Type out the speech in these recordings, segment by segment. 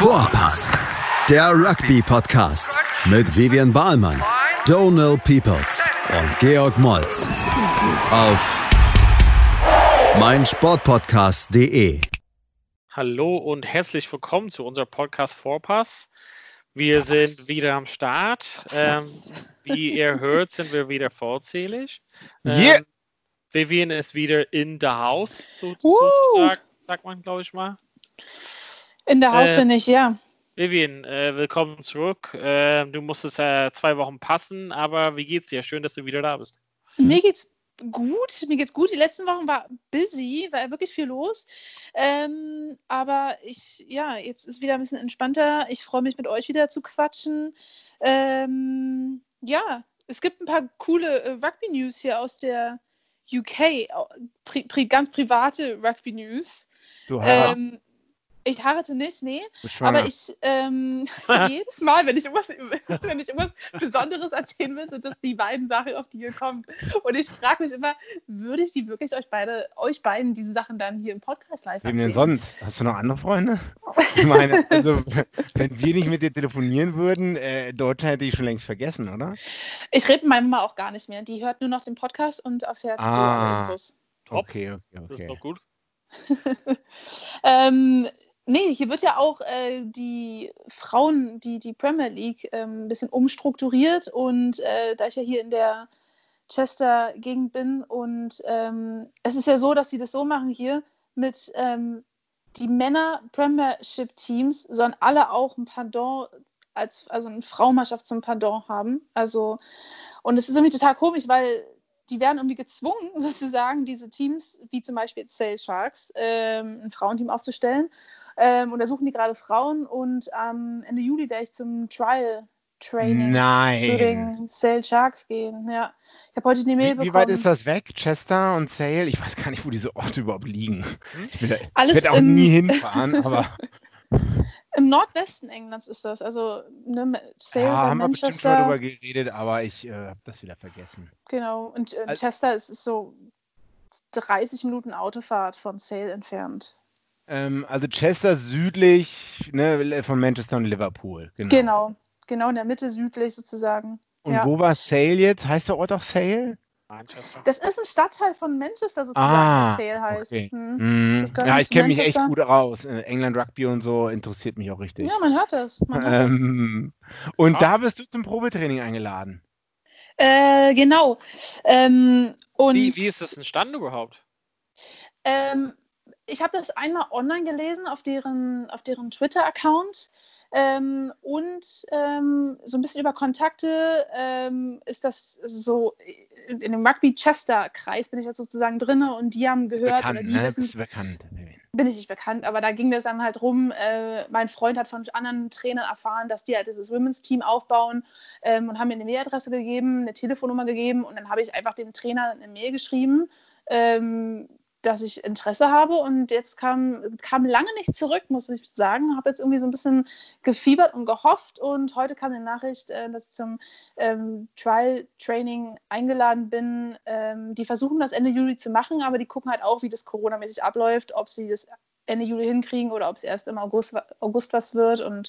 Vorpass, der Rugby-Podcast mit Vivian Bahlmann, Donald Peoples und Georg Moltz auf meinsportpodcast.de. Hallo und herzlich willkommen zu unserem Podcast Vorpass. Wir sind wieder am Start. Wie ihr hört, sind wir wieder vollzählig. Vivian ist wieder in the house, sozusagen, sagt man, glaube ich mal. In der Haus bin ich, ja. Vivian, willkommen zurück. Du musstest 2 Wochen passen, aber wie geht's dir? Schön, dass du wieder da bist. Mir geht's gut. Die letzten Wochen war busy, war wirklich viel los. Aber jetzt ist wieder ein bisschen entspannter. Ich freue mich, mit euch wieder zu quatschen. Es gibt ein paar coole Rugby-News hier aus der UK. Ganz private Rugby-News. Du hast Ich heirate nicht, nee. Aber ich jedes Mal, wenn ich irgendwas Besonderes erzählen will, sind das die beiden Sachen, auf die ihr kommt. Und ich frage mich immer, würde ich die wirklich euch beiden diese Sachen dann hier im Podcast live erzählen? Wem denn sonst? Hast du noch andere Freunde? Ich meine, also, wenn wir nicht mit dir telefonieren würden, Deutschland hätte ich schon längst vergessen, oder? Ich rede mit meiner Mama auch gar nicht mehr. Die hört nur noch den Podcast und erfährt so alle Infos. Okay. Das ist doch gut. Hier wird ja auch die Frauen, die Premier League ein bisschen umstrukturiert und da ich ja hier in der Chester-Gegend bin und es ist ja so, dass sie das so machen hier mit die Männer-Premiership-Teams sollen alle auch ein Pendant, also eine Frauenmannschaft zum Pendant haben. Also, und es ist irgendwie total komisch, weil die werden irgendwie gezwungen, sozusagen, diese Teams, wie zum Beispiel Sale Sharks, ein Frauenteam aufzustellen. Und da suchen die gerade Frauen und Ende Juli werde ich zum Trial-Training zu den Sale Sharks gehen. Ja. Ich habe heute die Mail bekommen. Wie weit ist das weg? Chester und Sale? Ich weiß gar nicht, wo diese Orte überhaupt liegen. Ich Alles werde auch nie hinfahren, aber... Im Nordwesten Englands ist das, also Sale bei haben Manchester. Wir bestimmt schon mal drüber geredet, aber ich habe das wieder vergessen. Genau, und Chester ist so 30 Minuten Autofahrt von Sale entfernt. Also Chester südlich, ne, von Manchester und Liverpool. Genau, in der Mitte südlich sozusagen. Und wo war Sale jetzt? Heißt der Ort auch Sale? Das ist ein Stadtteil von Manchester sozusagen, der Sale heißt. Okay. Ja, ich kenne mich echt gut raus. England Rugby und so interessiert mich auch richtig. Ja, man hört das. Und da bist du zum Probetraining eingeladen. Genau. Und wie ist das entstanden überhaupt? Ich habe das einmal online gelesen auf deren Twitter-Account. Und so ein bisschen über Kontakte ist das so, in dem Rugby-Chester-Kreis bin ich jetzt sozusagen drin und die haben gehört, bekannt, oder die wissen, bist bekannt. Bin ich nicht bekannt, aber da ging das dann halt rum, mein Freund hat von anderen Trainern erfahren, dass die halt dieses Women's-Team aufbauen und haben mir eine Mailadresse gegeben, eine Telefonnummer gegeben und dann habe ich einfach dem Trainer eine Mail geschrieben, dass ich Interesse habe und jetzt kam lange nicht zurück, muss ich sagen. Habe jetzt irgendwie so ein bisschen gefiebert und gehofft und heute kam eine Nachricht, dass ich zum Trial-Training eingeladen bin. Die versuchen das Ende Juli zu machen, aber die gucken halt auch, wie das coronamäßig abläuft, ob sie das Ende Juli hinkriegen oder ob es erst im August was wird und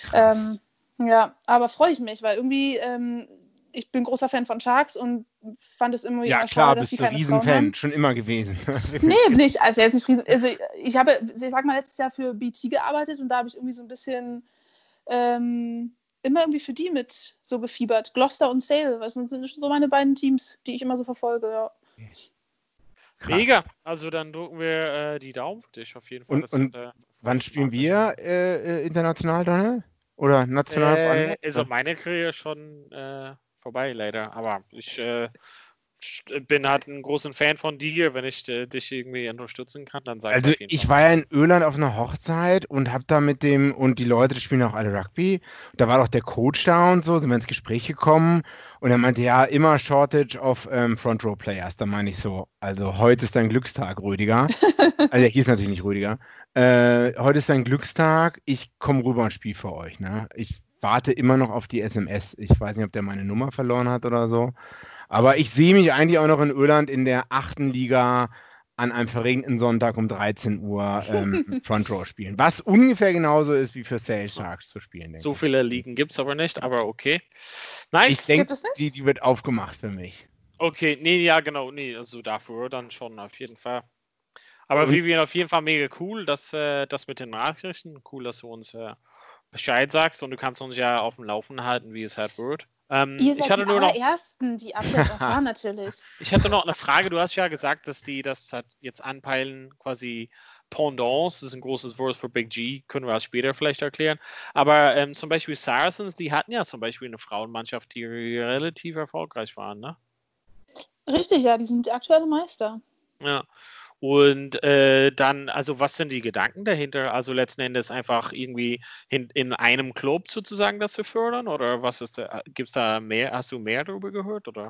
aber freue ich mich, weil irgendwie ich bin großer Fan von Sharks und fand es immer wieder schade, dass sie keine Frauen haben. Ja, klar, bist du Riesenfan, schon immer gewesen. Nee, nicht, also jetzt nicht riesen. Also ich sag mal, letztes Jahr für BT gearbeitet und da habe ich irgendwie so ein bisschen immer irgendwie für die mit so gefiebert. Gloucester und Sale, das sind so meine beiden Teams, die ich immer so verfolge, ja. Krass. Mega, also dann drücken wir die Daumen für dich auf jeden Fall. Und wann spielen wir international, Donald? Oder national? Also meine Karriere schon vorbei leider, aber ich bin halt ein großer Fan von dir, wenn ich dich irgendwie unterstützen kann, dann sag ich auf jeden Fall. Ich war ja in Irland auf einer Hochzeit und hab da und die Leute, die spielen auch alle Rugby, und da war doch der Coach da und so, sind wir ins Gespräch gekommen und er meinte, ja, immer Shortage of Front Row Players, da meine ich so, also heute ist dein Glückstag, Rüdiger, also der hieß natürlich nicht Rüdiger, heute ist dein Glückstag, ich komme rüber und spiele für euch, ne, ich warte immer noch auf die SMS, ich weiß nicht, ob der meine Nummer verloren hat oder so. Aber ich sehe mich eigentlich auch noch in Irland in der 8. Liga an einem verregneten Sonntag um 13 Uhr Front Row spielen. Was ungefähr genauso ist wie für Sale Sharks zu spielen, denke So ich. viele Ligen gibt es aber nicht, aber okay. Nice. Ich denke, die wird aufgemacht für mich. Okay, nee, ja, genau, nee, also dafür dann schon auf jeden Fall. Aber Vivian, auf jeden Fall mega cool, dass das mit den Nachrichten, cool, dass du uns Bescheid sagst und du kannst uns ja auf dem Laufenden halten, wie es halt wird. Ihr seid die allerersten, die Updates erfahren natürlich. Ich hätte noch eine Frage, du hast ja gesagt, dass die das halt jetzt anpeilen, quasi Pendants, das ist ein großes Wort für Big G, können wir auch später vielleicht erklären. Aber zum Beispiel Saracens, die hatten ja zum Beispiel eine Frauenmannschaft, die relativ erfolgreich waren, ne? Richtig, ja, die sind aktuelle Meister. Ja. Und dann, also was sind die Gedanken dahinter? Also letzten Endes einfach irgendwie in einem Club sozusagen das zu fördern? Oder was ist da, gibt's da mehr, hast du mehr darüber gehört? Oder?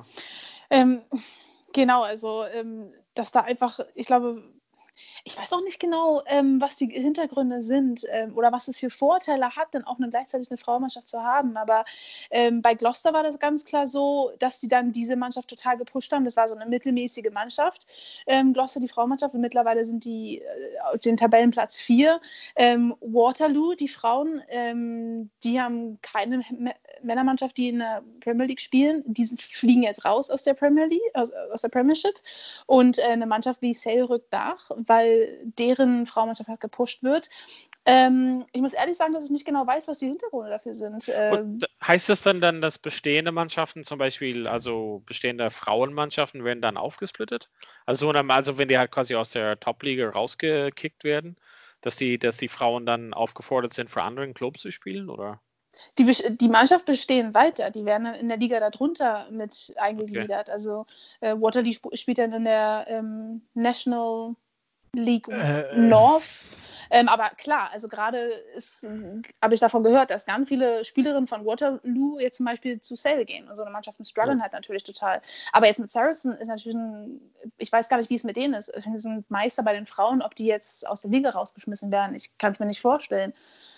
Genau, also dass da einfach, ich glaube, ich weiß auch nicht genau, was die Hintergründe sind oder was es für Vorteile hat, dann auch gleichzeitig eine Frauenmannschaft zu haben. Aber bei Gloucester war das ganz klar so, dass die dann diese Mannschaft total gepusht haben. Das war so eine mittelmäßige Mannschaft. Gloucester, die Frauenmannschaft, und mittlerweile sind die auf den Tabellenplatz 4. Waterloo, die Frauen, die haben keine Männermannschaft, die in der Premier League spielen. Die fliegen jetzt raus aus der Premier League, aus der Premiership. Und eine Mannschaft wie Sale rückt nach, weil deren Frauenmannschaft halt gepusht wird. Ich muss ehrlich sagen, dass ich nicht genau weiß, was die Hintergründe dafür sind. Heißt das dann, dass bestehende Mannschaften, zum Beispiel, also bestehende Frauenmannschaften, werden dann aufgesplittet? Also wenn die halt quasi aus der Top-Liga rausgekickt werden, dass die Frauen dann aufgefordert sind, für anderen Clubs zu spielen, oder? Die Mannschaft bestehen weiter, die werden in der Liga darunter mit eingegliedert. Okay. Also Waterloo spielt dann in der National League North. Aber klar, also gerade habe ich davon gehört, dass ganz viele Spielerinnen von Waterloo jetzt zum Beispiel zu Sale gehen. Und so eine Mannschaft strugglen halt natürlich total. Aber jetzt mit Saracen ist natürlich ich weiß gar nicht, wie es mit denen ist. Ich finde, sie sind Meister bei den Frauen, ob die jetzt aus der Liga rausgeschmissen werden. Ich kann es mir nicht vorstellen.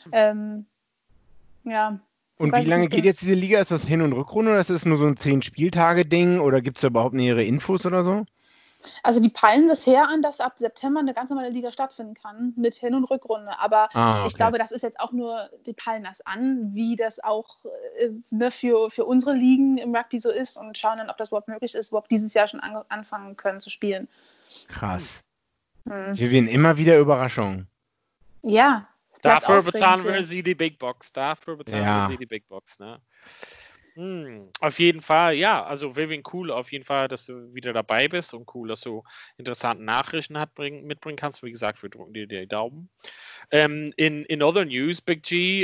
Ja. Und wie lange geht jetzt diese Liga? Ist das Hin- und Rückrunde oder ist das nur so ein 10-Spieltage-Ding oder gibt es da überhaupt nähere Infos oder so? Also die peilen bisher an, dass ab September eine ganz normale Liga stattfinden kann mit Hin- und Rückrunde. Aber ich glaube, das ist jetzt auch nur, die peilen das an, wie das auch für unsere Ligen im Rugby so ist und schauen dann, ob das überhaupt möglich ist, überhaupt dieses Jahr schon anfangen können zu spielen. Krass. Wir werden immer wieder Überraschungen. Ja. Dafür bezahlen wir sie die Big Box. Ne? Auf jeden Fall, ja, also Vivian, cool auf jeden Fall, dass du wieder dabei bist und cool, dass du interessante Nachrichten mitbringen kannst. Wie gesagt, wir drücken dir die Daumen. In other news, Big G,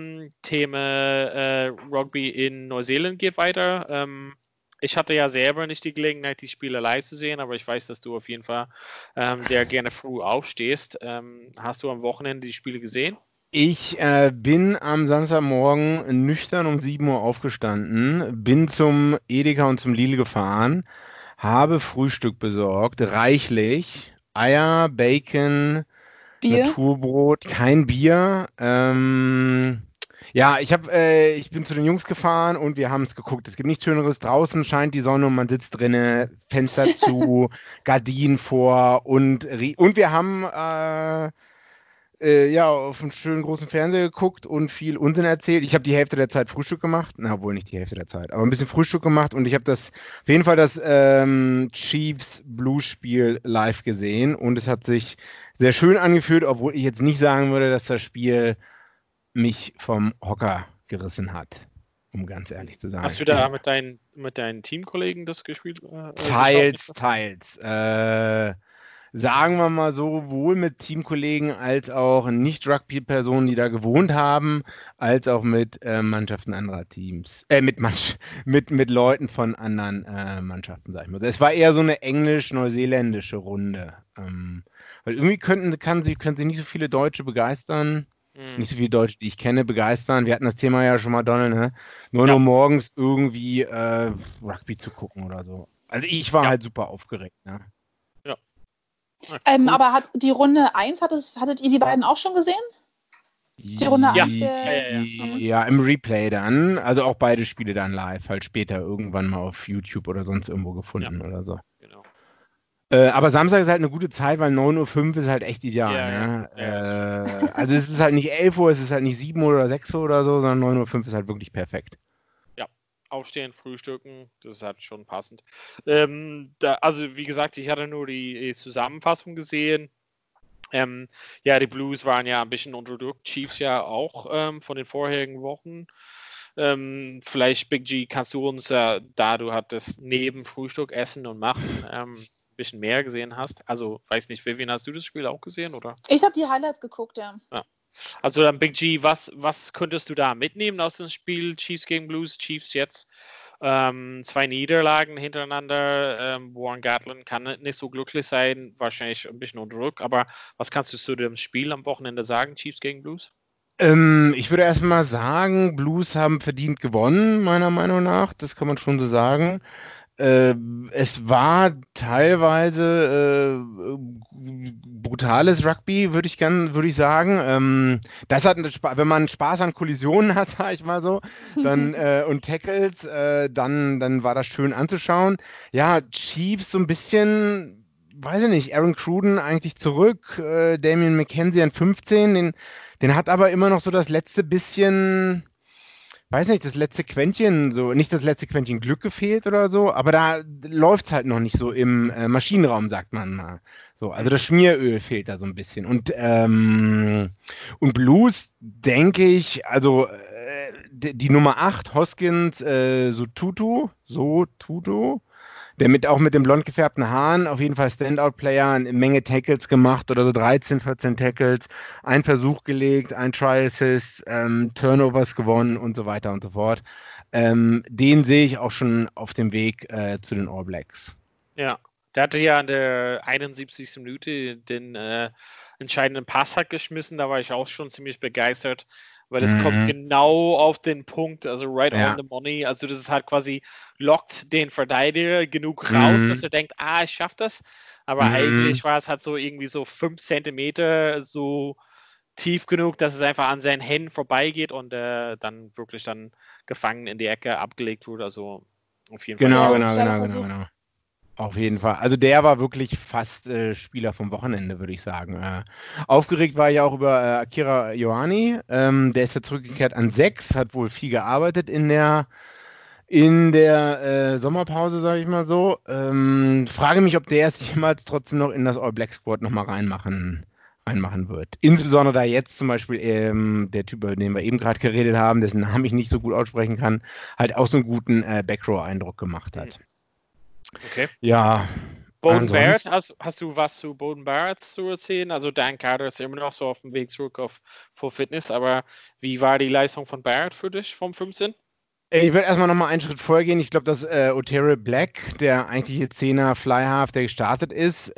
Thema Rugby in Neuseeland geht weiter. Ich hatte ja selber nicht die Gelegenheit, die Spiele live zu sehen, aber ich weiß, dass du auf jeden Fall sehr gerne früh aufstehst. Hast du am Wochenende die Spiele gesehen? Ich bin am Samstagmorgen nüchtern um 7 Uhr aufgestanden, bin zum Edeka und zum Lidl gefahren, habe Frühstück besorgt, reichlich, Eier, Bacon, Bier? Naturbrot, kein Bier. Ja, ich bin zu den Jungs gefahren und wir haben es geguckt. Es gibt nichts Schöneres. Draußen scheint die Sonne und man sitzt drinnen, Fenster zu, Gardinen vor und wir haben auf einen schönen großen Fernseher geguckt und viel Unsinn erzählt. Ich habe die Hälfte der Zeit Frühstück gemacht. Na, wohl nicht die Hälfte der Zeit, aber ein bisschen Frühstück gemacht und ich habe auf jeden Fall das Chiefs Blues Spiel live gesehen und es hat sich sehr schön angefühlt, obwohl ich jetzt nicht sagen würde, dass das Spiel mich vom Hocker gerissen hat, um ganz ehrlich zu sein. Hast du da mit deinen Teamkollegen das gespielt? Teils. Sagen wir mal so, sowohl mit Teamkollegen als auch Nicht-Rugby-Personen, die da gewohnt haben, als auch mit Mannschaften anderer Teams. Mit Leuten von anderen Mannschaften, sag ich mal. Es war eher so eine englisch-neuseeländische Runde. Weil irgendwie können sich nicht so viele Deutsche begeistern. Nicht so viele Deutsche, die ich kenne, begeistern. Wir hatten das Thema ja schon mal, Donald, ne? Nur morgens irgendwie Rugby zu gucken oder so. Also ich war halt super aufgeregt, ne? Ja. Cool. Aber hat die Runde 1, hattet ihr die beiden auch schon gesehen? Die Runde 1? Ja, im Replay dann. Also auch beide Spiele dann live, halt später irgendwann mal auf YouTube oder sonst irgendwo gefunden oder so. Genau. Aber Samstag ist halt eine gute Zeit, weil 9:05 Uhr ist halt echt ideal. Ja, Ne? ja. Also es ist halt nicht 11 Uhr, es ist halt nicht 7 Uhr oder 6 Uhr oder so, sondern 9:05 Uhr ist halt wirklich perfekt. Ja, aufstehen, frühstücken, das ist halt schon passend. Also wie gesagt, ich hatte nur die Zusammenfassung gesehen. Ja, die Blues waren ja ein bisschen unter Druck, Chiefs ja auch von den vorherigen Wochen. Vielleicht, Big G, kannst du uns, da du hattest neben Frühstück, Essen und Machen ein bisschen mehr gesehen hast. Also, weiß nicht, Vivian, hast du das Spiel auch gesehen, oder? Ich habe die Highlights geguckt, ja. Also dann, Big G, was könntest du da mitnehmen aus dem Spiel Chiefs gegen Blues? Chiefs jetzt 2 Niederlagen hintereinander. Warren Gatland kann nicht so glücklich sein, wahrscheinlich ein bisschen unter Druck. Aber was kannst du zu dem Spiel am Wochenende sagen, Chiefs gegen Blues? Ich würde erstmal sagen, Blues haben verdient gewonnen, meiner Meinung nach. Das kann man schon so sagen. Es war teilweise brutales Rugby, würde ich sagen. Das hat, wenn man Spaß an Kollisionen hat, sag ich mal so, dann und Tackles, dann war das schön anzuschauen. Ja, Chiefs so ein bisschen, weiß ich nicht, Aaron Cruden eigentlich zurück, Damian McKenzie an 15, den hat aber immer noch so das letzte bisschen, weiß nicht, das letzte Quäntchen, so, nicht das letzte Quäntchen Glück gefehlt oder so, aber da läuft es halt noch nicht so im Maschinenraum, sagt man mal. So, also das Schmieröl fehlt da so ein bisschen. Und Blues, denke ich, also die Nummer 8, Hoskins, Tutu, der auch mit den blond gefärbten Haaren auf jeden Fall Standout-Player, eine Menge Tackles gemacht oder so 13, 14 Tackles, ein Versuch gelegt, ein Try-Assist, Turnovers gewonnen und so weiter und so fort. Den sehe ich auch schon auf dem Weg zu den All Blacks. Ja, der hatte ja in der 71. Minute den entscheidenden Pass hat geschmissen, da war ich auch schon ziemlich begeistert, weil es kommt genau auf den Punkt, also right on the money. Also das ist halt quasi, lockt den Verteidiger genug raus, dass er denkt, ich schaffe das. Aber eigentlich war es halt so irgendwie so 5 Zentimeter so tief genug, dass es einfach an seinen Händen vorbeigeht und dann wirklich dann gefangen in die Ecke abgelegt wurde. Also auf jeden Fall. Genau. Auf jeden Fall. Also der war wirklich fast Spieler vom Wochenende, würde ich sagen. Aufgeregt war ich auch über Akira Ioane. Der ist ja zurückgekehrt an 6, hat wohl viel gearbeitet in der Sommerpause, sage ich mal so. Frage mich, ob der es jemals trotzdem noch in das All Black Squad nochmal reinmachen wird. Insbesondere da jetzt zum Beispiel der Typ, über den wir eben gerade geredet haben, dessen Namen ich nicht so gut aussprechen kann, halt auch so einen guten Backrow-Eindruck gemacht hat. Okay. Ja. Beauden Barrett, hast du was zu Beauden Barrett zu erzählen? Also Dan Carter ist immer noch so auf dem Weg zurück auf Full Fitness, aber wie war die Leistung von Barrett für dich vom 15? Ich würde erstmal nochmal einen Schritt vorgehen. Ich glaube, dass Otere Black, der eigentliche Zehner Flyhalf, der gestartet ist,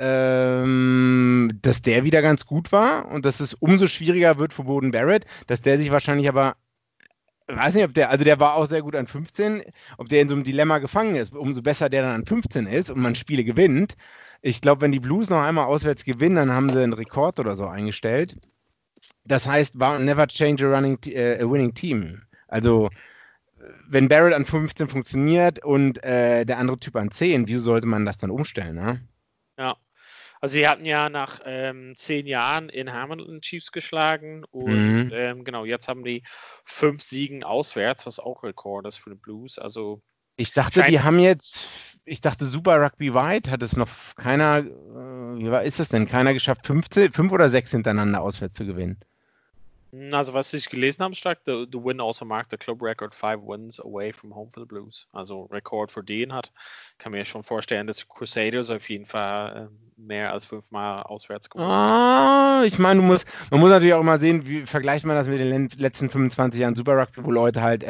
dass der wieder ganz gut war und dass es umso schwieriger wird für Beauden Barrett, dass der sich wahrscheinlich aber, weiß nicht, also der war auch sehr gut an 15, ob der in so einem Dilemma gefangen ist, umso besser der dann an 15 ist und man Spiele gewinnt. Ich glaube, wenn die Blues noch einmal auswärts gewinnen, dann haben sie einen Rekord oder so eingestellt. Das heißt, never change a winning team. Also wenn Barrett an 15 funktioniert und der andere Typ an 10, wieso sollte man das dann umstellen? Ne? Ja, also sie hatten ja nach 10 Jahren in Hamilton Chiefs geschlagen und genau, jetzt haben die 5 Siegen auswärts, was auch Rekord ist für die Blues. Also ich dachte, Super Rugby Wide hat es noch keiner, wie ist das denn? Keiner geschafft, 5 oder 6 hintereinander auswärts zu gewinnen. Also was ich gelesen habe, stark, the win also marked the club record 5 wins away from home for the Blues. Also Rekord für den kann mir schon vorstellen, dass Crusaders auf jeden Fall mehr als 5 Mal auswärts gewonnen. Ich meine, man muss natürlich auch immer sehen, wie vergleicht man das mit den letzten 25 Jahren Super Rugby, wo Leute halt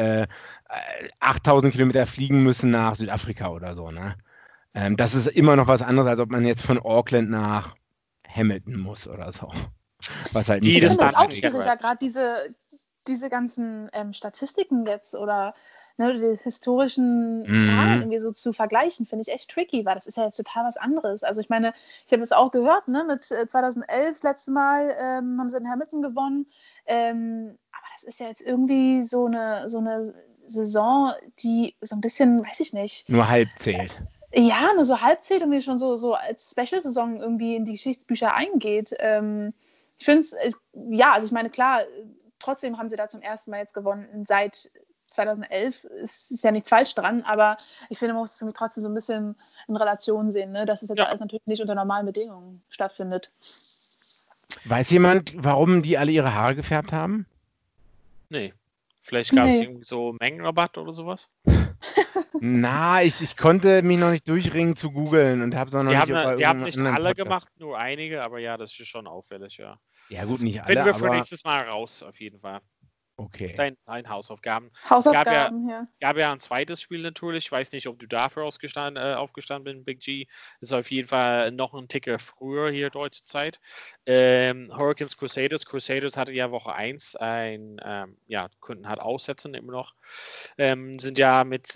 8000 Kilometer fliegen müssen nach Südafrika oder so, ne? Das ist immer noch was anderes, als ob man jetzt von Auckland nach Hamilton muss oder so. Was halt nicht ich finde das auch schwieriger, gerade diese ganzen Statistiken jetzt oder die historischen Zahlen irgendwie so zu vergleichen, finde ich echt tricky, weil das ist ja jetzt total was anderes. Also ich meine, ich habe das auch gehört, ne, mit 2011 das letzte Mal haben sie in Hamilton gewonnen, aber das ist ja jetzt irgendwie so eine Saison, die so ein bisschen, weiß ich nicht. Nur halb zählt. Ja, nur so halb zählt und mir schon so als Special-Saison irgendwie in die Geschichtsbücher eingeht. Ich finde es, ja, also ich meine, klar, trotzdem haben sie da zum ersten Mal jetzt gewonnen seit 2011. Ist ja nichts falsch dran, aber ich finde, man muss es irgendwie trotzdem so ein bisschen in Relation sehen, ne? Dass es jetzt alles natürlich nicht unter normalen Bedingungen stattfindet. Weiß jemand, warum die alle ihre Haare gefärbt haben? Nee. Vielleicht gab es irgendwie so Mengenrabatt oder sowas? Na, ich konnte mich noch nicht durchringen zu googeln und habe es auch noch Die haben nicht alle gemacht, nur einige, aber ja, das ist schon auffällig, ja. Ja gut, nicht alle, Finden wir für nächstes Mal raus, auf jeden Fall. Okay. Dein Hausaufgaben. Ja. Es gab ja ein zweites Spiel natürlich. Ich weiß nicht, ob du dafür aufgestanden bist, Big G. Das ist auf jeden Fall noch ein Ticker früher hier deutsche Zeit. Hurricanes Crusaders. Crusaders hatte ja Woche 1 konnten halt aussetzen immer noch. Sind ja mit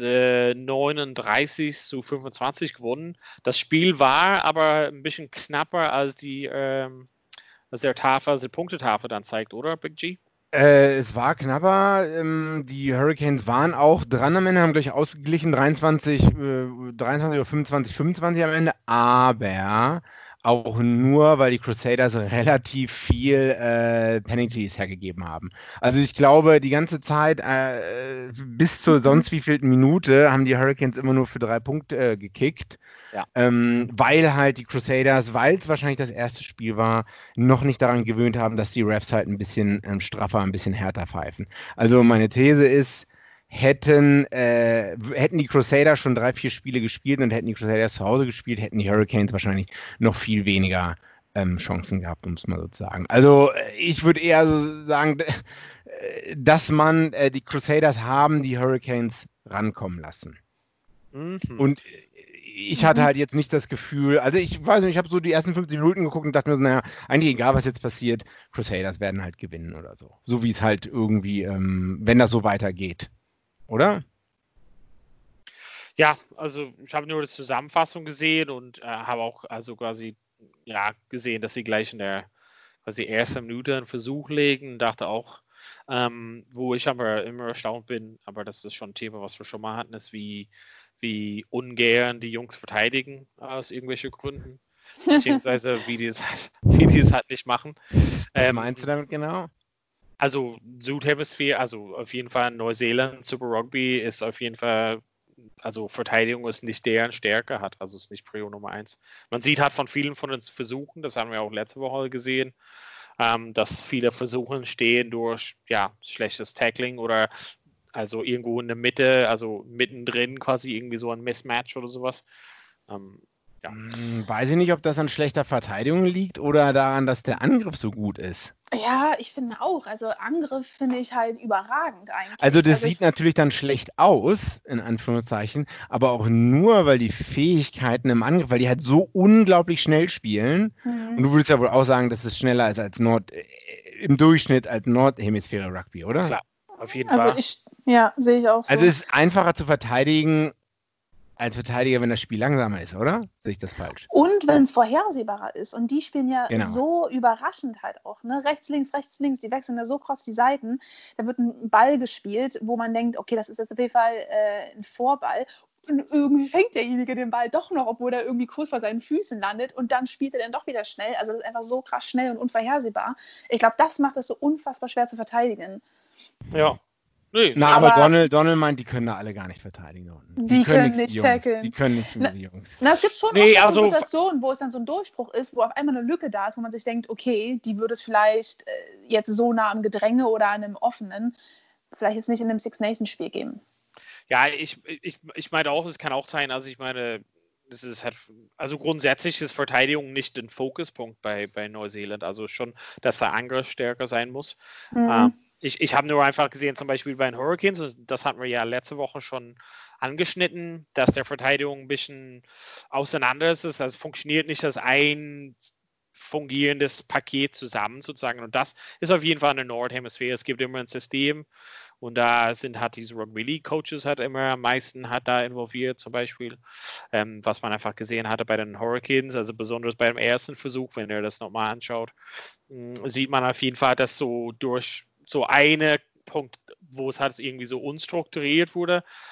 39-25 gewonnen. Das Spiel war aber ein bisschen knapper als der Punktetafel dann zeigt, oder, Big G? Es war knapper. Die Hurricanes waren auch dran am Ende, haben gleich ausgeglichen, 23 oder 25 am Ende, aber auch nur, weil die Crusaders relativ viel Penalties hergegeben haben. Also ich glaube, die ganze Zeit bis zur sonst wievielten Minute haben die Hurricanes immer nur für 3 Punkte gekickt. Ja. Weil halt die Crusaders, weil es wahrscheinlich das erste Spiel war, noch nicht daran gewöhnt haben, dass die Refs halt ein bisschen straffer, ein bisschen härter pfeifen. Also meine These ist, hätten die Crusaders schon 3-4 Spiele gespielt und hätten die Crusaders zu Hause gespielt, hätten die Hurricanes wahrscheinlich noch viel weniger Chancen gehabt, um es mal so zu sagen. Also ich würde eher so sagen, dass man die Crusaders haben die Hurricanes rankommen lassen. Mhm. Und ich hatte halt jetzt nicht das Gefühl, also ich weiß nicht, ich habe so die ersten 50 Minuten geguckt und dachte mir so, naja, eigentlich egal, was jetzt passiert, Crusaders werden halt gewinnen oder so. So wie es halt irgendwie, wenn das so weitergeht. Oder? Ja, also ich habe nur die Zusammenfassung gesehen und habe auch also quasi gesehen, dass sie gleich in der quasi ersten Minute einen Versuch legen. Dachte auch, wo ich aber immer erstaunt bin, aber das ist schon ein Thema, was wir schon mal hatten, ist wie ungern die Jungs verteidigen aus irgendwelchen Gründen. Beziehungsweise wie die es halt nicht machen. Was meinst du damit genau? Also Südhemisphäre, also auf jeden Fall Neuseeland, Super Rugby ist auf jeden Fall, also Verteidigung ist nicht deren Stärke hat, also ist nicht Prio Nummer 1. Man sieht halt von vielen von den Versuchen, das haben wir auch letzte Woche gesehen, dass viele Versuche entstehen durch schlechtes Tackling oder also irgendwo in der Mitte, also mittendrin quasi irgendwie so ein Mismatch oder sowas. Weiß ich nicht, ob das an schlechter Verteidigung liegt oder daran, dass der Angriff so gut ist. Ja, ich finde auch. Also Angriff finde ich halt überragend eigentlich. Also das sieht natürlich dann schlecht aus, in Anführungszeichen, aber auch nur, weil die Fähigkeiten im Angriff, weil die halt so unglaublich schnell spielen. Und du würdest ja wohl auch sagen, das ist schneller als im Durchschnitt als Nordhemisphäre Rugby, oder? Klar, auf jeden Fall. Sehe ich auch so. Also es ist einfacher zu verteidigen als Verteidiger, wenn das Spiel langsamer ist, oder? Sehe ich das falsch? Und wenn es vorhersehbarer ist. Und die spielen ja so überraschend halt auch. Ne? Rechts, links, die wechseln da so krass die Seiten. Da wird ein Ball gespielt, wo man denkt, okay, das ist jetzt auf jeden Fall ein Vorball. Und irgendwie fängt derjenige den Ball doch noch, obwohl er irgendwie kurz vor seinen Füßen landet. Und dann spielt er dann doch wieder schnell. Also das ist einfach so krass schnell und unvorhersehbar. Ich glaube, das macht es so unfassbar schwer zu verteidigen. Ja. Nee, aber Donald meint, die können da alle gar nicht verteidigen. Die können nicht tackeln. Die können nicht die Jungs. Es gibt schon auch so Situationen, wo es dann so ein Durchbruch ist, wo auf einmal eine Lücke da ist, wo man sich denkt, okay, die würde es vielleicht jetzt so nah am Gedränge oder an einem offenen, vielleicht jetzt nicht in einem Six Nations Spiel geben. Ja, ich meine auch, es kann auch sein, also ich meine, das ist halt, also grundsätzlich ist Verteidigung nicht ein Fokuspunkt bei Neuseeland, also schon, dass der Angriff stärker sein muss. Ich habe nur einfach gesehen, zum Beispiel bei den Hurricanes, das hatten wir ja letzte Woche schon angeschnitten, dass der Verteidigung ein bisschen auseinander ist. Also funktioniert nicht als ein fungierendes Paket zusammen sozusagen. Und das ist auf jeden Fall eine Nordhemisphäre. Es gibt immer ein System und da sind halt diese Rugby League Coaches halt immer am meisten da involviert zum Beispiel, was man einfach gesehen hatte bei den Hurricanes, also besonders beim ersten Versuch, wenn ihr das nochmal anschaut, sieht man auf jeden Fall, dass so durch so eine Punkt, wo es halt irgendwie so unstrukturiert wurde,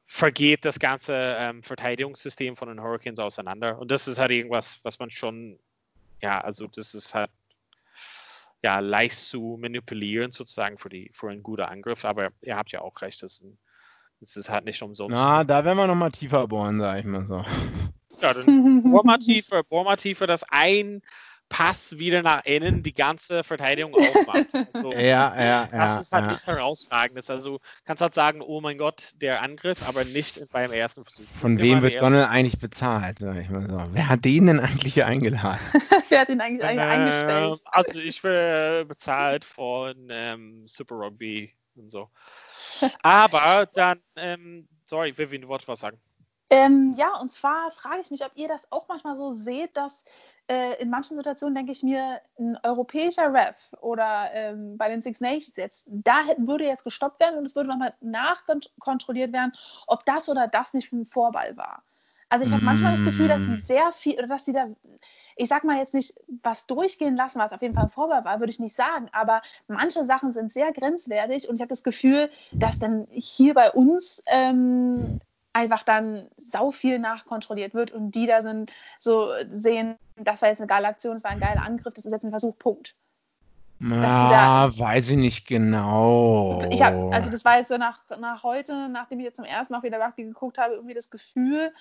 vergeht das ganze Verteidigungssystem von den Hurricanes auseinander. Und das ist halt irgendwas, was man schon, also das ist halt leicht zu manipulieren sozusagen für einen guten Angriff. Aber ihr habt ja auch recht, das ist halt nicht umsonst. Na, da werden wir nochmal tiefer bohren, sag ich mal so. Ja, dann bohr mal tiefer, dass ein Pass wieder nach innen die ganze Verteidigung aufmacht. Also, das ist halt nichts Herausragendes. Also kannst halt sagen, oh mein Gott, der Angriff, aber nicht beim ersten Versuch. Von wem wird Donald eigentlich bezahlt? Sag ich mal so. Wer hat den denn eigentlich hier eingeladen? Wer hat ihn eigentlich eingestellt? Also ich werde bezahlt von Super Rugby und so. Aber dann, sorry, Vivian, du wolltest was sagen. Und zwar frage ich mich, ob ihr das auch manchmal so seht, dass in manchen Situationen, denke ich mir, ein europäischer Ref oder bei den Six Nations jetzt, würde jetzt gestoppt werden und es würde nochmal nachkontrolliert werden, ob das oder das nicht ein Vorball war. Also ich habe manchmal das Gefühl, dass sie sehr viel, oder dass sie da, ich sag mal jetzt nicht was durchgehen lassen, was auf jeden Fall ein Vorball war, würde ich nicht sagen, aber manche Sachen sind sehr grenzwertig und ich habe das Gefühl, dass dann hier bei uns einfach dann sau viel nachkontrolliert wird und die da sind, so sehen, das war jetzt eine geile Aktion, das war ein geiler Angriff, das ist jetzt ein Versuch, Punkt. Weiß ich nicht genau. Also das war jetzt so nach heute, nachdem ich jetzt zum ersten Mal wieder Rugby geguckt habe, irgendwie das Gefühl,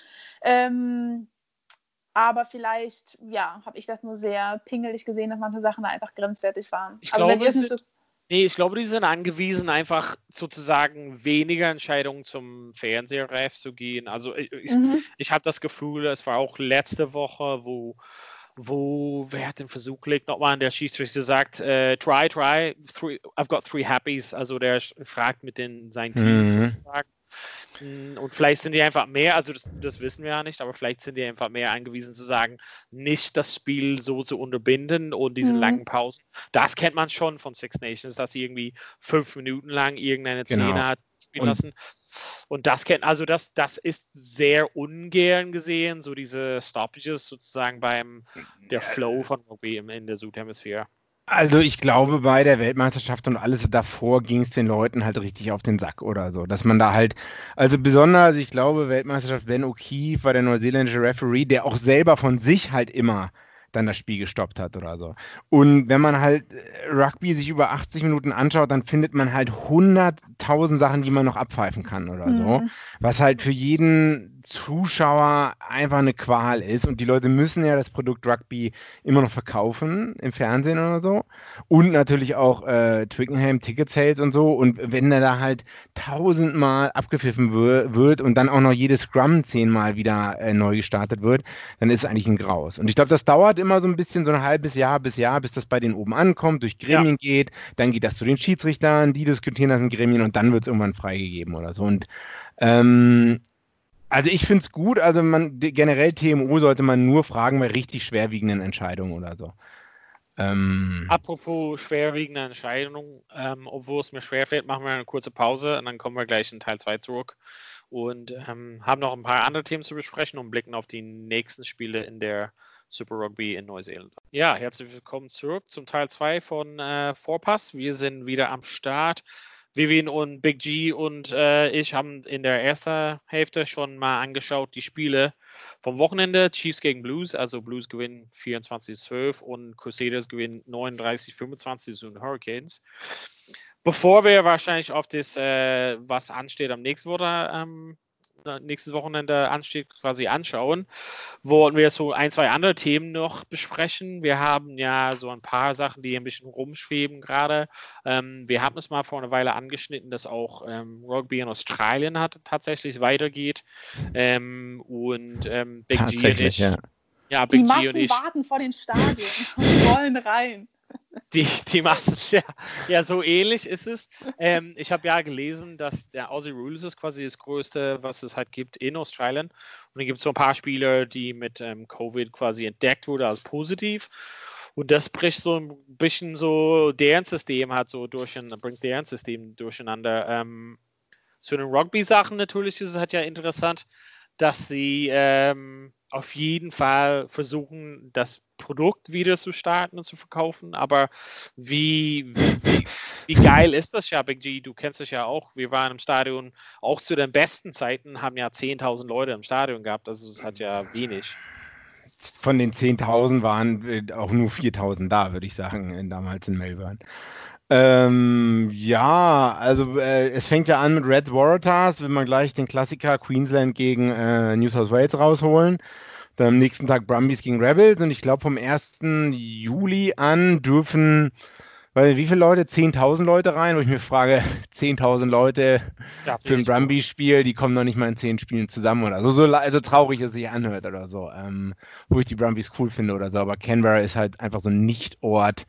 aber vielleicht, habe ich das nur sehr pingelig gesehen, dass manche Sachen da einfach grenzwertig waren. Ich glaube, die sind angewiesen, einfach sozusagen weniger Entscheidungen zum Fernsehref zu gehen. Also ich habe das Gefühl, es war auch letzte Woche, wer hat den Versuch gelegt, nochmal an der Schiedsrichter sagt, try, I've got 3 Happies. Also der fragt mit seinen Teams sozusagen. Und vielleicht sind die einfach mehr, also das wissen wir ja nicht, aber vielleicht sind die einfach mehr angewiesen zu sagen, nicht das Spiel so zu unterbinden und diese langen Pausen. Das kennt man schon von Six Nations, dass sie irgendwie 5 Minuten lang irgendeine Szene hat spielen lassen. Und das ist sehr ungern gesehen, so diese Stoppages sozusagen der Flow von Rugby in der Südhemisphäre. Also ich glaube, bei der Weltmeisterschaft und alles davor ging es den Leuten halt richtig auf den Sack oder so, dass man da halt, also besonders, ich glaube, Weltmeisterschaft Ben O'Keefe war der neuseeländische Referee, der auch selber von sich halt immer dann das Spiel gestoppt hat oder so. Und wenn man halt Rugby sich über 80 Minuten anschaut, dann findet man halt 100.000 Sachen, die man noch abpfeifen kann oder so, was halt für jeden Zuschauer einfach eine Qual ist. Und die Leute müssen ja das Produkt Rugby immer noch verkaufen im Fernsehen oder so. Und natürlich auch Twickenham Ticket Sales und so. Und wenn da halt 1000-mal abgepfiffen wird und dann auch noch jedes Scrum 10-mal wieder neu gestartet wird, dann ist es eigentlich ein Graus. Und ich glaube, das dauert immer so ein bisschen, so ein halbes Jahr, bis das bei denen oben ankommt, durch Gremien geht, dann geht das zu den Schiedsrichtern, die diskutieren das in Gremien und dann wird es irgendwann freigegeben oder so. Und also ich finde es gut, also generell TMO sollte man nur fragen bei richtig schwerwiegenden Entscheidungen oder so. Apropos schwerwiegende Entscheidungen, obwohl es mir schwerfällt, machen wir eine kurze Pause und dann kommen wir gleich in Teil 2 zurück und haben noch ein paar andere Themen zu besprechen und blicken auf die nächsten Spiele in der Super Rugby in Neuseeland. Ja, herzlich willkommen zurück zum Teil 2 von Vorpass. Wir sind wieder am Start. Vivian und Big G und ich haben in der ersten Hälfte schon mal angeschaut die Spiele vom Wochenende. Chiefs gegen Blues, also Blues gewinnen 24-12 und Crusaders gewinnen 39-25 zu den Hurricanes. Bevor wir wahrscheinlich auf das, was ansteht am nächstes Wochenende ansteht, quasi anschauen, wollen wir so 1, 2 andere Themen noch besprechen. Wir haben ja so ein paar Sachen, die ein bisschen rumschweben gerade. Wir haben es mal vor einer Weile angeschnitten, dass auch Rugby in Australien tatsächlich weitergeht. Und Big G und ich. Ja, Big G und ich warten vor den Stadien und wollen rein. Die Massen, ja, so ähnlich ist es. Ich habe ja gelesen, dass der Aussie Rules ist quasi das Größte, was es halt gibt in Australien. Und dann gibt es so ein paar Spieler, die mit Covid quasi entdeckt wurde als positiv. Und das bricht so ein bisschen so deren System bringt deren System durcheinander. Zu den Rugby-Sachen natürlich ist es halt ja interessant, dass sie auf jeden Fall versuchen, das Produkt wieder zu starten und zu verkaufen, aber wie geil ist das ja, Big G? Du kennst es ja auch. Wir waren im Stadion, auch zu den besten Zeiten, haben ja 10.000 Leute im Stadion gehabt, also es hat ja wenig. Von den 10.000 waren auch nur 4.000 da, würde ich sagen, damals in Melbourne. Ja, also es fängt ja an mit Reds Waratahs, wenn man gleich den Klassiker Queensland gegen New South Wales rausholen. Dann am nächsten Tag Brumbies gegen Rebels und ich glaube vom 1. Juli an dürfen, weil wie viele Leute? 10.000 Leute rein, wo ich mir frage, 10.000 Leute für ein Brumbies-Spiel, die kommen noch nicht mal in 10 Spielen zusammen oder so, also traurig es sich anhört oder so, wo ich die Brumbies cool finde oder so, aber Canberra ist halt einfach so ein Nicht-Ort,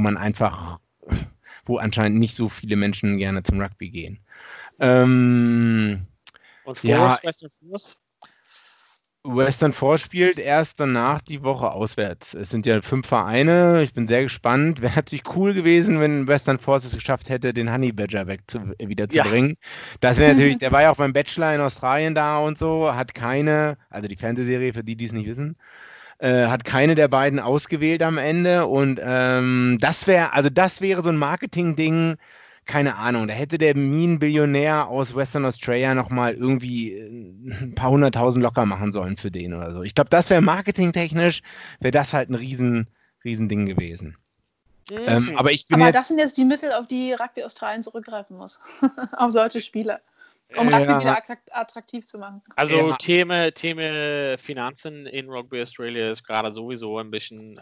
wo anscheinend nicht so viele Menschen gerne zum Rugby gehen. Und Force, Western Force? Western Force spielt erst danach die Woche auswärts. Es sind ja 5 Vereine. Ich bin sehr gespannt. Wäre natürlich cool gewesen, wenn Western Force es geschafft hätte, den Honey Badger wiederzubringen. Das wäre natürlich, der war ja auch beim Bachelor in Australien da und so, hat keine, also die Fernsehserie, für die es nicht wissen, hat keine der beiden ausgewählt am Ende. Und das wäre so ein Marketing-Ding. Keine Ahnung, da hätte der Minenbillionär aus Western Australia nochmal irgendwie ein paar 100.000 locker machen sollen für den oder so. Ich glaube, das wäre marketingtechnisch, wäre das halt ein Riesending gewesen. Aber das sind jetzt die Mittel, auf die Rugby Australien zurückgreifen muss. Auf solche Spiele. Um Rugby wieder attraktiv zu machen. Also Thema Finanzen in Rugby Australia ist gerade sowieso ein bisschen...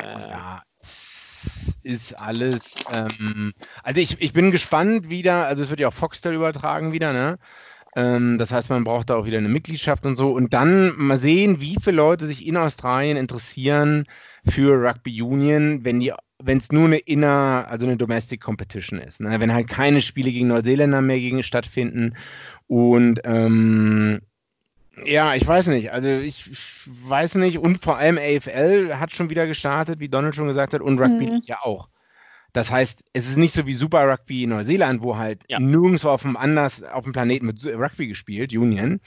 ist alles, also ich bin gespannt wieder, also es wird ja auch Foxtel übertragen wieder, ne? Das heißt, man braucht da auch wieder eine Mitgliedschaft und so und dann mal sehen, wie viele Leute sich in Australien interessieren für Rugby Union, wenn es nur eine Domestic Competition ist, ne? Wenn halt keine Spiele gegen Neuseeländer mehr stattfinden und ja, ich weiß nicht. Also ich weiß nicht. Und vor allem AFL hat schon wieder gestartet, wie Donald schon gesagt hat, und Rugby League ja auch. Das heißt, es ist nicht so wie Super Rugby in Neuseeland, wo halt nirgendwo auf dem Planeten mit Rugby gespielt, Union.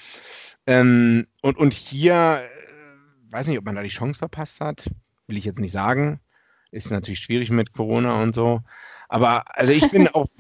Und hier, weiß nicht, ob man da die Chance verpasst hat. Will ich jetzt nicht sagen. Ist natürlich schwierig mit Corona und so. Aber also ich bin auch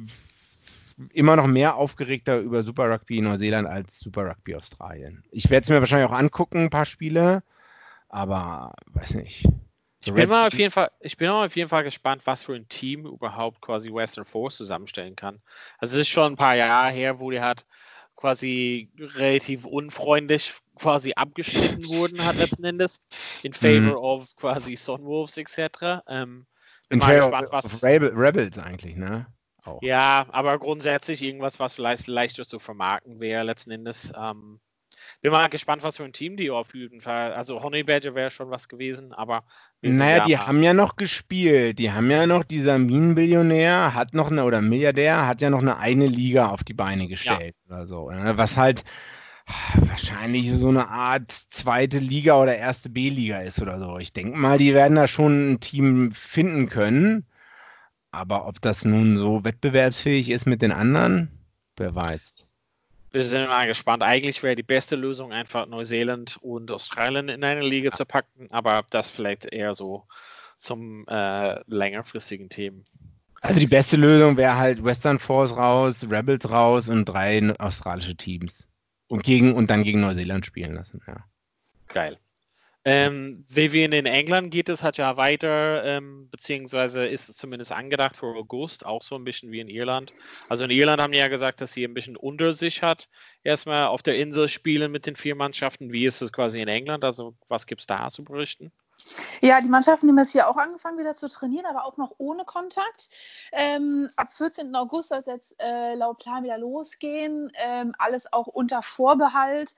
immer noch mehr aufgeregter über Super Rugby in Neuseeland als Super Rugby Australien. Ich werde es mir wahrscheinlich auch angucken, ein paar Spiele, aber weiß nicht. Ich bin auf jeden Fall gespannt, was für ein Team überhaupt quasi Western Force zusammenstellen kann. Also es ist schon ein paar Jahre her, wo die hat quasi relativ unfreundlich quasi abgeschnitten wurden hat letzten Endes in favor of quasi Sunwolves etc. In favor of Rebels eigentlich, ne? Auch. Ja, aber grundsätzlich irgendwas, was vielleicht leichter zu vermarkten wäre, letzten Endes. Bin mal gespannt, was für ein Team die auf jeden Fall. Also Honey Badger wäre schon was gewesen, aber. Naja, die haben ja noch gespielt. Die haben ja noch, dieser Minenbillionär hat noch oder Milliardär hat ja noch eine eigene Liga auf die Beine gestellt oder so. Was halt wahrscheinlich so eine Art zweite Liga oder erste B-Liga ist oder so. Ich denke mal, die werden da schon ein Team finden können. Aber ob das nun so wettbewerbsfähig ist mit den anderen, wer weiß. Wir sind mal gespannt. Eigentlich wäre die beste Lösung einfach Neuseeland und Australien in eine Liga zu packen, aber das vielleicht eher so zum längerfristigen Themen. Also die beste Lösung wäre halt Western Force raus, Rebels raus und 3 australische Teams. Und dann gegen Neuseeland spielen lassen, ja. Geil. Vivian in England geht es, hat ja weiter, beziehungsweise ist es zumindest angedacht für August, auch so ein bisschen wie in Irland. Also in Irland haben die ja gesagt, dass sie ein bisschen unter sich hat. Erstmal auf der Insel spielen mit den 4 Mannschaften. Wie ist es quasi in England? Also was gibt es da zu berichten? Ja, die Mannschaften haben jetzt hier auch angefangen wieder zu trainieren, aber auch noch ohne Kontakt. Ab 14. August soll es jetzt laut Plan wieder losgehen. Alles auch unter Vorbehalt.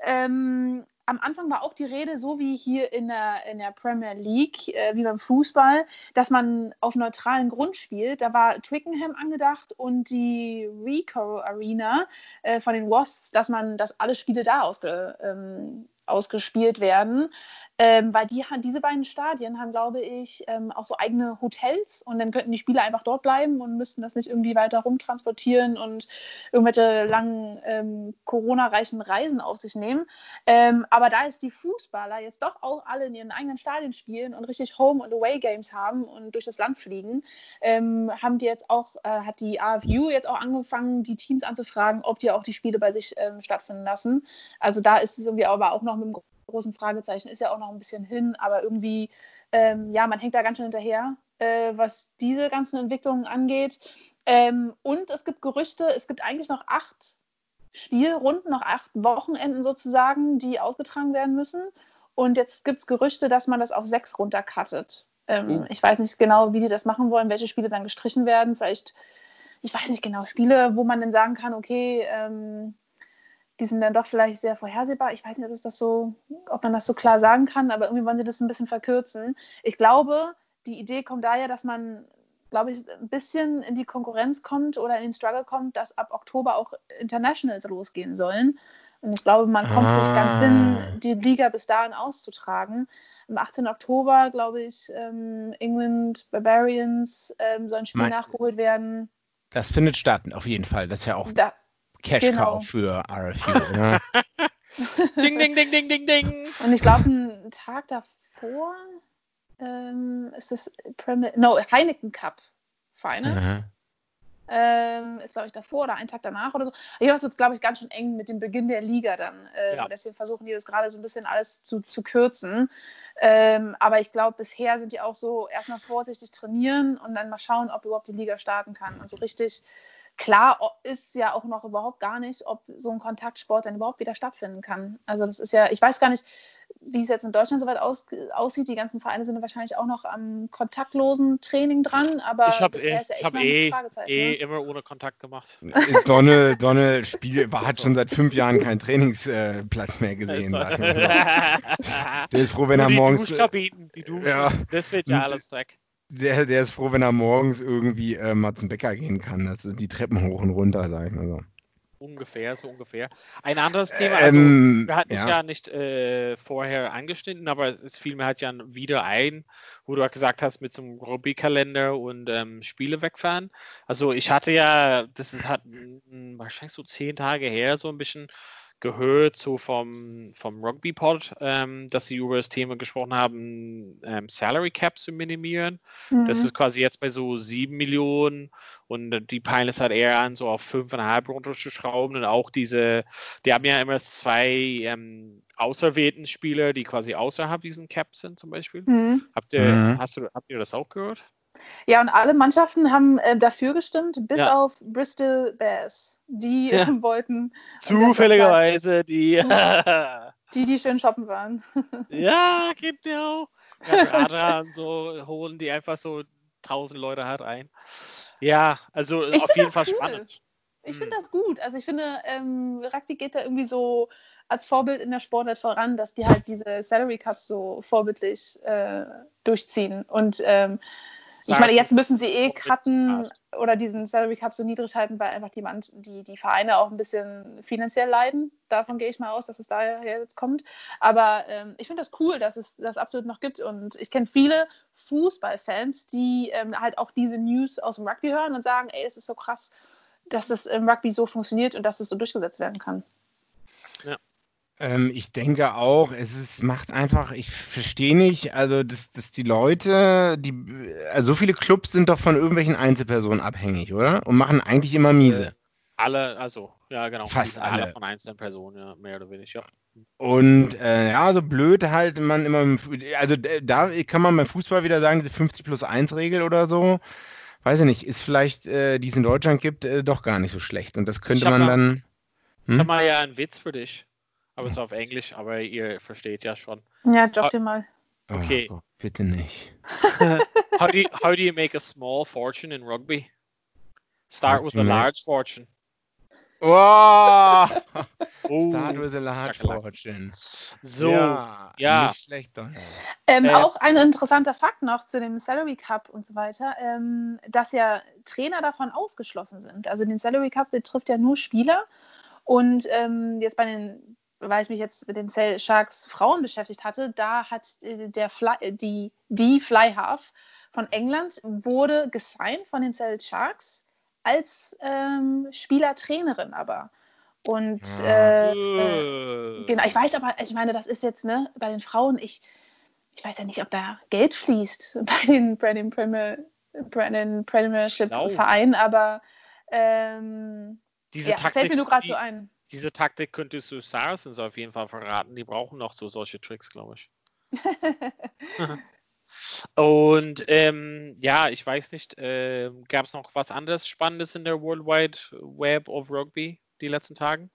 Am Anfang war auch die Rede, so wie hier in der Premier League, wie beim Fußball, dass man auf neutralen Grund spielt. Da war Twickenham angedacht und die Ricoh Arena von den Wasps, dass alle Spiele da ausgespielt werden. Weil diese beiden Stadien haben, glaube ich, auch so eigene Hotels und dann könnten die Spieler einfach dort bleiben und müssten das nicht irgendwie weiter rumtransportieren und irgendwelche langen Corona-reichen Reisen auf sich nehmen. Aber da jetzt die Fußballer jetzt doch auch alle in ihren eigenen Stadien spielen und richtig Home- und Away-Games haben und durch das Land fliegen, haben die jetzt auch, hat die AFU jetzt auch angefangen, die Teams anzufragen, ob die auch die Spiele bei sich stattfinden lassen. Also da ist es irgendwie aber auch noch mit dem großen Fragezeichen, ist ja auch noch ein bisschen hin, aber irgendwie, man hängt da ganz schön hinterher, was diese ganzen Entwicklungen angeht. Und es gibt Gerüchte, es gibt eigentlich noch 8 Spielrunden, noch 8 Wochenenden sozusagen, die ausgetragen werden müssen. Und jetzt gibt es Gerüchte, dass man das auf 6 runtercuttet. Ich weiß nicht genau, wie die das machen wollen, welche Spiele dann gestrichen werden. Vielleicht, ich weiß nicht genau, Spiele, wo man dann sagen kann, okay, die sind dann doch vielleicht sehr vorhersehbar. Ich weiß nicht, ob man das so klar sagen kann, aber irgendwie wollen sie das ein bisschen verkürzen. Ich glaube, die Idee kommt daher, dass man, glaube ich, ein bisschen in die Konkurrenz kommt oder in den Struggle kommt, dass ab Oktober auch Internationals losgehen sollen. Und ich glaube, man kommt nicht ganz hin, die Liga bis dahin auszutragen. Am 18. Oktober, glaube ich, England Barbarians soll ein Spiel nachgeholt werden. Das findet statt, auf jeden Fall. Das ist ja auch Cash-Cow für RFU, oder? Ding, ding, ding, ding, ding, ding. Und ich glaube, einen Tag davor ist das Heineken Cup Final. Ist, glaube ich, davor oder einen Tag danach oder so. Hier wird es, glaube ich, ganz schön eng mit dem Beginn der Liga dann. Deswegen versuchen die das gerade so ein bisschen alles zu kürzen. Aber ich glaube, bisher sind die auch so erstmal vorsichtig trainieren und dann mal schauen, ob überhaupt die Liga starten kann. Und so richtig klar ist ja auch noch überhaupt gar nicht, ob so ein Kontaktsport dann überhaupt wieder stattfinden kann. Also das ist ja, ich weiß gar nicht, wie es jetzt in Deutschland soweit aussieht. Die ganzen Vereine sind wahrscheinlich auch noch am kontaktlosen Training dran, aber ich habe immer ohne Kontakt gemacht. Donald hat schon seit 5 Jahren keinen Trainingsplatz mehr gesehen. Der ist froh, wenn er morgens... Die Duschen, das wird ja alles weg. Der ist froh, wenn er morgens irgendwie mal zum Bäcker gehen kann. Das sind die Treppen hoch und runter, sag ich mal so. Ungefähr. Ein anderes Thema, also wir hatten es ja nicht vorher angeschnitten, aber es fiel mir halt ja wieder ein, wo du gesagt hast, mit so einem Rugby-Kalender und Spiele wegfahren. Also ich hatte ja, das ist halt wahrscheinlich so 10 Tage her, so ein bisschen gehört, so vom Rugby-Pod, dass sie über das Thema gesprochen haben, Salary Cap zu minimieren. Das ist quasi jetzt bei so 7 Millionen und die peilen es halt eher an, so auf 5,5 runterzuschrauben und auch die haben ja immer 2 auserwählten Spieler, die quasi außerhalb diesen Cap sind zum Beispiel. Habt ihr das auch gehört? Ja, und alle Mannschaften haben dafür gestimmt, bis auf Bristol Bears. Die wollten... Zufälligerweise die schön shoppen waren. Ja, gibt ja auch. Adra und so holen die einfach so 1000 Leute halt ein. Ja, also auf jeden Fall spannend. Ich finde das gut. Also ich finde, Rugby geht da irgendwie so als Vorbild in der Sportart voran, dass die halt diese Salary Cups so vorbildlich durchziehen. Und ich meine, jetzt müssen sie cutten oder diesen Salary Cup so niedrig halten, weil einfach die Vereine auch ein bisschen finanziell leiden. Davon gehe ich mal aus, dass es daher jetzt kommt. Aber ich finde das cool, dass es das absolut noch gibt. Und ich kenne viele Fußballfans, die halt auch diese News aus dem Rugby hören und sagen, ey, es ist so krass, dass das im Rugby so funktioniert und dass das so durchgesetzt werden kann. Ja. Ich denke auch, macht einfach, ich verstehe nicht, also dass die Leute, also so viele Clubs sind doch von irgendwelchen Einzelpersonen abhängig, oder? Und machen eigentlich immer miese. Alle, also, ja genau. Fast alle von einzelnen Personen, ja, mehr oder weniger. Und so blöd halt man immer, also da kann man beim Fußball wieder sagen, diese 50+1 Regel oder so, weiß ich nicht, ist vielleicht, die es in Deutschland gibt, doch gar nicht so schlecht. Und das könnte man dann... Ich habe mal ja einen Witz für dich. Aber es ist auf Englisch, aber ihr versteht ja schon. Ja, jog dir mal. Okay. Oh, bitte nicht. How do you make a small fortune in rugby? Start with a large fortune. Oh! Start with a large fortune. So, ja. Nicht schlecht, Donald. Auch ein interessanter Fakt noch zu dem Salary Cup und so weiter, dass ja Trainer davon ausgeschlossen sind. Also den Salary Cup betrifft ja nur Spieler. Und jetzt bei den weil ich mich jetzt mit den Sale Sharks Frauen beschäftigt hatte, da hat die Fly Half von England wurde gesigned von den Sale Sharks als Spielertrainerin aber. Und genau, ich weiß aber, ich meine, das ist jetzt, ne, bei den Frauen, ich weiß ja nicht, ob da Geld fließt bei den Premiership-Vereinen, aber diese Taktik, fällt mir nur gerade so ein. Diese Taktik könntest du Saracens auf jeden Fall verraten. Die brauchen noch so solche Tricks, glaube ich. Und ja, ich weiß nicht, gab es noch was anderes Spannendes in der World Wide Web of Rugby die letzten Tagen?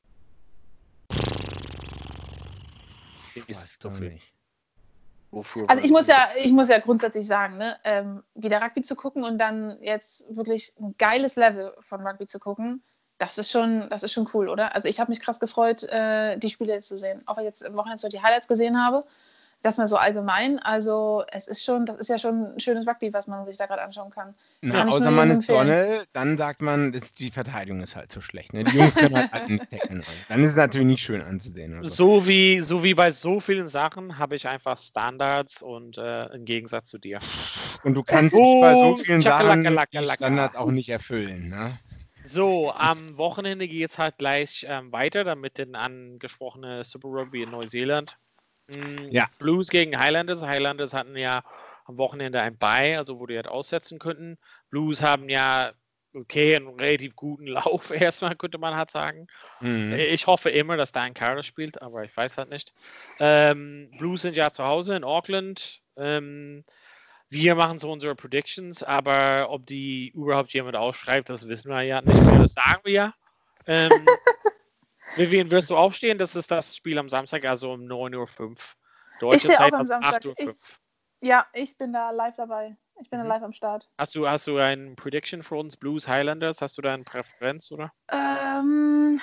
Ist so viel. Also ich muss ja grundsätzlich sagen, ne, wieder Rugby zu gucken und dann jetzt wirklich ein geiles Level von Rugby zu gucken, das ist schon cool, oder? Also ich habe mich krass gefreut, die Spiele jetzt zu sehen. Auch wenn ich jetzt am Wochenende so die Highlights gesehen habe, das mal so allgemein. Also das ist ja schon ein schönes Rugby, was man sich da gerade anschauen kann. Na, außer man ist Donne, dann sagt man, die Verteidigung ist halt so schlecht. Ne? Die Jungs können halt nicht tackeln. Dann ist es natürlich nicht schön anzusehen. Also. So wie bei so vielen Sachen habe ich einfach Standards und im Gegensatz zu dir. Und du kannst bei so vielen Sachen die Standards auch nicht erfüllen. Ne? So, am Wochenende geht es halt gleich weiter, damit den angesprochene Super Rugby in Neuseeland. Ja. Blues gegen Highlanders. Highlanders hatten ja am Wochenende ein Bye, also wo die halt aussetzen könnten. Blues haben ja einen relativ guten Lauf erstmal, könnte man halt sagen. Mhm. Ich hoffe immer, dass da ein Kader spielt, aber ich weiß halt nicht. Blues sind ja zu Hause in Auckland. Wir machen so unsere Predictions, aber ob die überhaupt jemand aufschreibt, das wissen wir ja nicht mehr. Das sagen wir ja. Vivian, wirst du aufstehen? Das ist das Spiel am Samstag, also um 9:05 Uhr. Deutsche Zeit um 8:05 Uhr. Ja, ich bin da live dabei. Ich bin da live am Start. Hast du eine Prediction für uns, Blues, Highlanders? Hast du da eine Präferenz, oder? Eine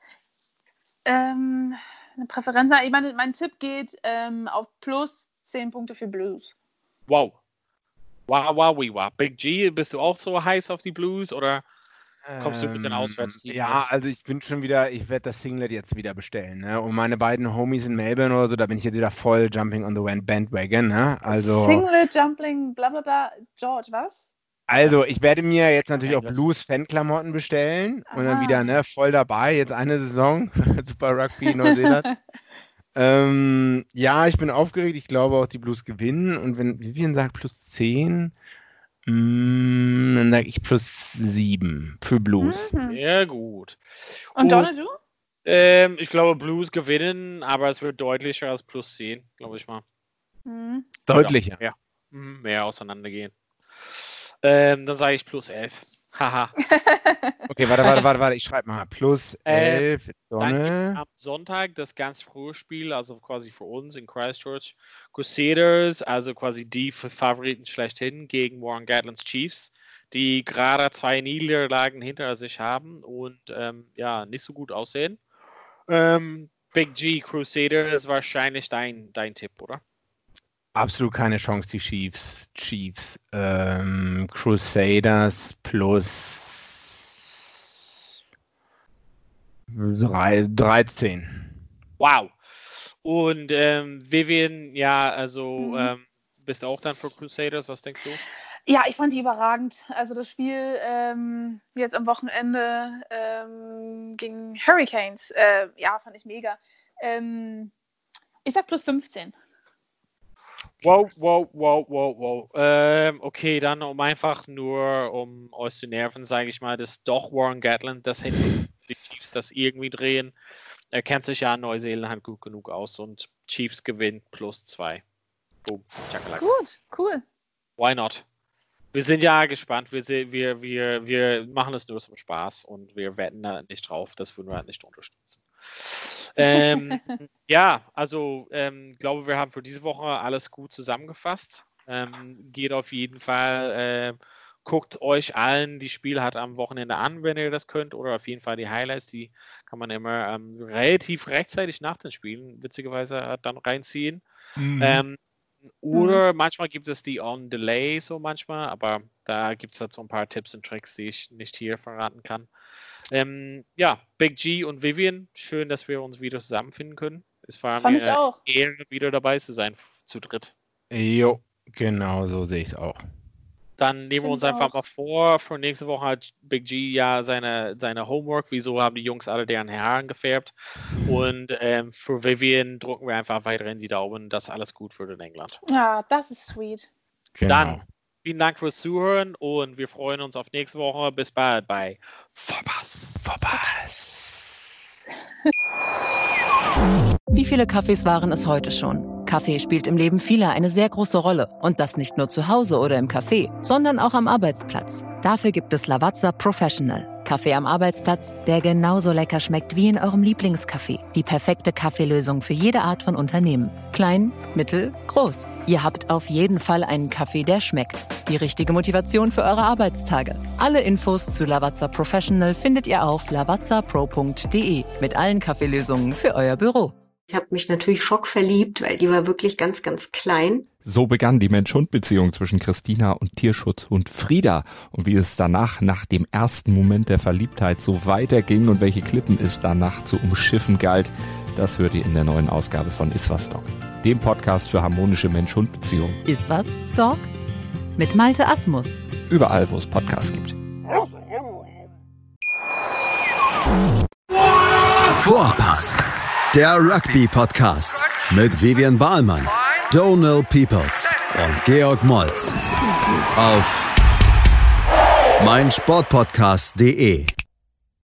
Präferenz? Ich meine, mein Tipp geht auf plus 10 Punkte für Blues. Wow. Big G, bist du auch so heiß auf die Blues, oder kommst du mit den Auswärtsteams? Ja, also ich werde das Singlet jetzt wieder bestellen, ne? Und meine beiden Homies in Melbourne oder so, da bin ich jetzt wieder voll Jumping on the Bandwagon, ne? Also Singlet, Jumping, bla bla bla. George, was? Also, ich werde mir jetzt natürlich auch Blues-Fan-Klamotten bestellen und dann wieder, ne, voll dabei, jetzt eine Saison, Super Rugby Neuseeland. Ja, ich bin aufgeregt, ich glaube auch, die Blues gewinnen und wenn Vivian sagt plus 10, dann sage ich plus 7 für Blues. Sehr gut. Und Donald, du? Ich glaube, Blues gewinnen, aber es wird deutlicher als plus 10, glaube ich mal. Deutlicher? Ja, mehr auseinandergehen. Dann sage ich plus 11. Haha. Okay, warte, ich schreibe mal. Plus 11. Dann gibt es am Sonntag das ganz frühe Spiel, also quasi für uns in Christchurch. Crusaders, also quasi die Favoriten schlechthin gegen Warren Gatland's Chiefs, die gerade 2 Niederlagen hinter sich haben und nicht so gut aussehen. Big G, Crusaders ist wahrscheinlich dein Tipp, oder? Absolut keine Chance, die Chiefs. Crusaders plus 13. Wow. Und Vivian, ja, also bist du auch dann für Crusaders? Was denkst du? Ja, ich fand die überragend. Also das Spiel jetzt am Wochenende gegen Hurricanes, fand ich mega. Ich sag plus 15. Wow. Okay, dann um euch zu nerven, sage ich mal, dass doch Warren Gatland das hinten die Chiefs das irgendwie drehen. Er kennt sich ja in Neuseeland gut genug aus und Chiefs gewinnt plus 2. Boom. Gut, cool. Why not? Wir sind ja gespannt. Wir machen es nur zum Spaß und wir wetten da nicht drauf. Das würden wir halt nicht unterstützen. Ja, also glaube, wir haben für diese Woche alles gut zusammengefasst. Geht auf jeden Fall, guckt euch allen die Spiele halt am Wochenende an, wenn ihr das könnt, oder auf jeden Fall die Highlights, die kann man immer relativ rechtzeitig nach den Spielen witzigerweise dann reinziehen. Oder manchmal gibt es die On-Delay so manchmal, aber da gibt es halt so ein paar Tipps und Tricks, die ich nicht hier verraten kann. Big G und Vivian, schön, dass wir uns wieder zusammenfinden können. Es war mir eine Ehre, wieder dabei zu sein, zu dritt. Jo, genau so sehe ich es auch. Dann nehmen wir uns einfach mal vor, für nächste Woche hat Big G ja seine Homework, wieso haben die Jungs alle deren Haaren gefärbt. Und für Vivian drücken wir einfach weiterhin die Daumen, dass alles gut wird in England. Ja, das ist sweet. Genau. Dann vielen Dank fürs Zuhören und wir freuen uns auf nächste Woche. Bis bald bei Vorpass. Wie viele Kaffees waren es heute schon? Kaffee spielt im Leben vieler eine sehr große Rolle. Und das nicht nur zu Hause oder im Café, sondern auch am Arbeitsplatz. Dafür gibt es Lavazza Professional. Kaffee am Arbeitsplatz, der genauso lecker schmeckt wie in eurem Lieblingscafé. Die perfekte Kaffeelösung für jede Art von Unternehmen. Klein, mittel, groß. Ihr habt auf jeden Fall einen Kaffee, der schmeckt. Die richtige Motivation für eure Arbeitstage. Alle Infos zu Lavazza Professional findet ihr auf lavazzapro.de mit allen Kaffeelösungen für euer Büro. Ich habe mich natürlich schockverliebt, weil die war wirklich ganz, ganz klein. So begann die Mensch-Hund-Beziehung zwischen Christina und Tierschutzhund Frieda. Und wie es danach, nach dem ersten Moment der Verliebtheit, so weiterging und welche Klippen es danach zu umschiffen galt, das hört ihr in der neuen Ausgabe von Iswas Dog, dem Podcast für harmonische Mensch-Hund-Beziehungen. Iswas Dog? Mit Malte Asmus. Überall, wo es Podcasts gibt. Vorpass, der Rugby-Podcast mit Vivian Bahlmann, Donald Peoples und Georg Moltz auf meinsportpodcast.de.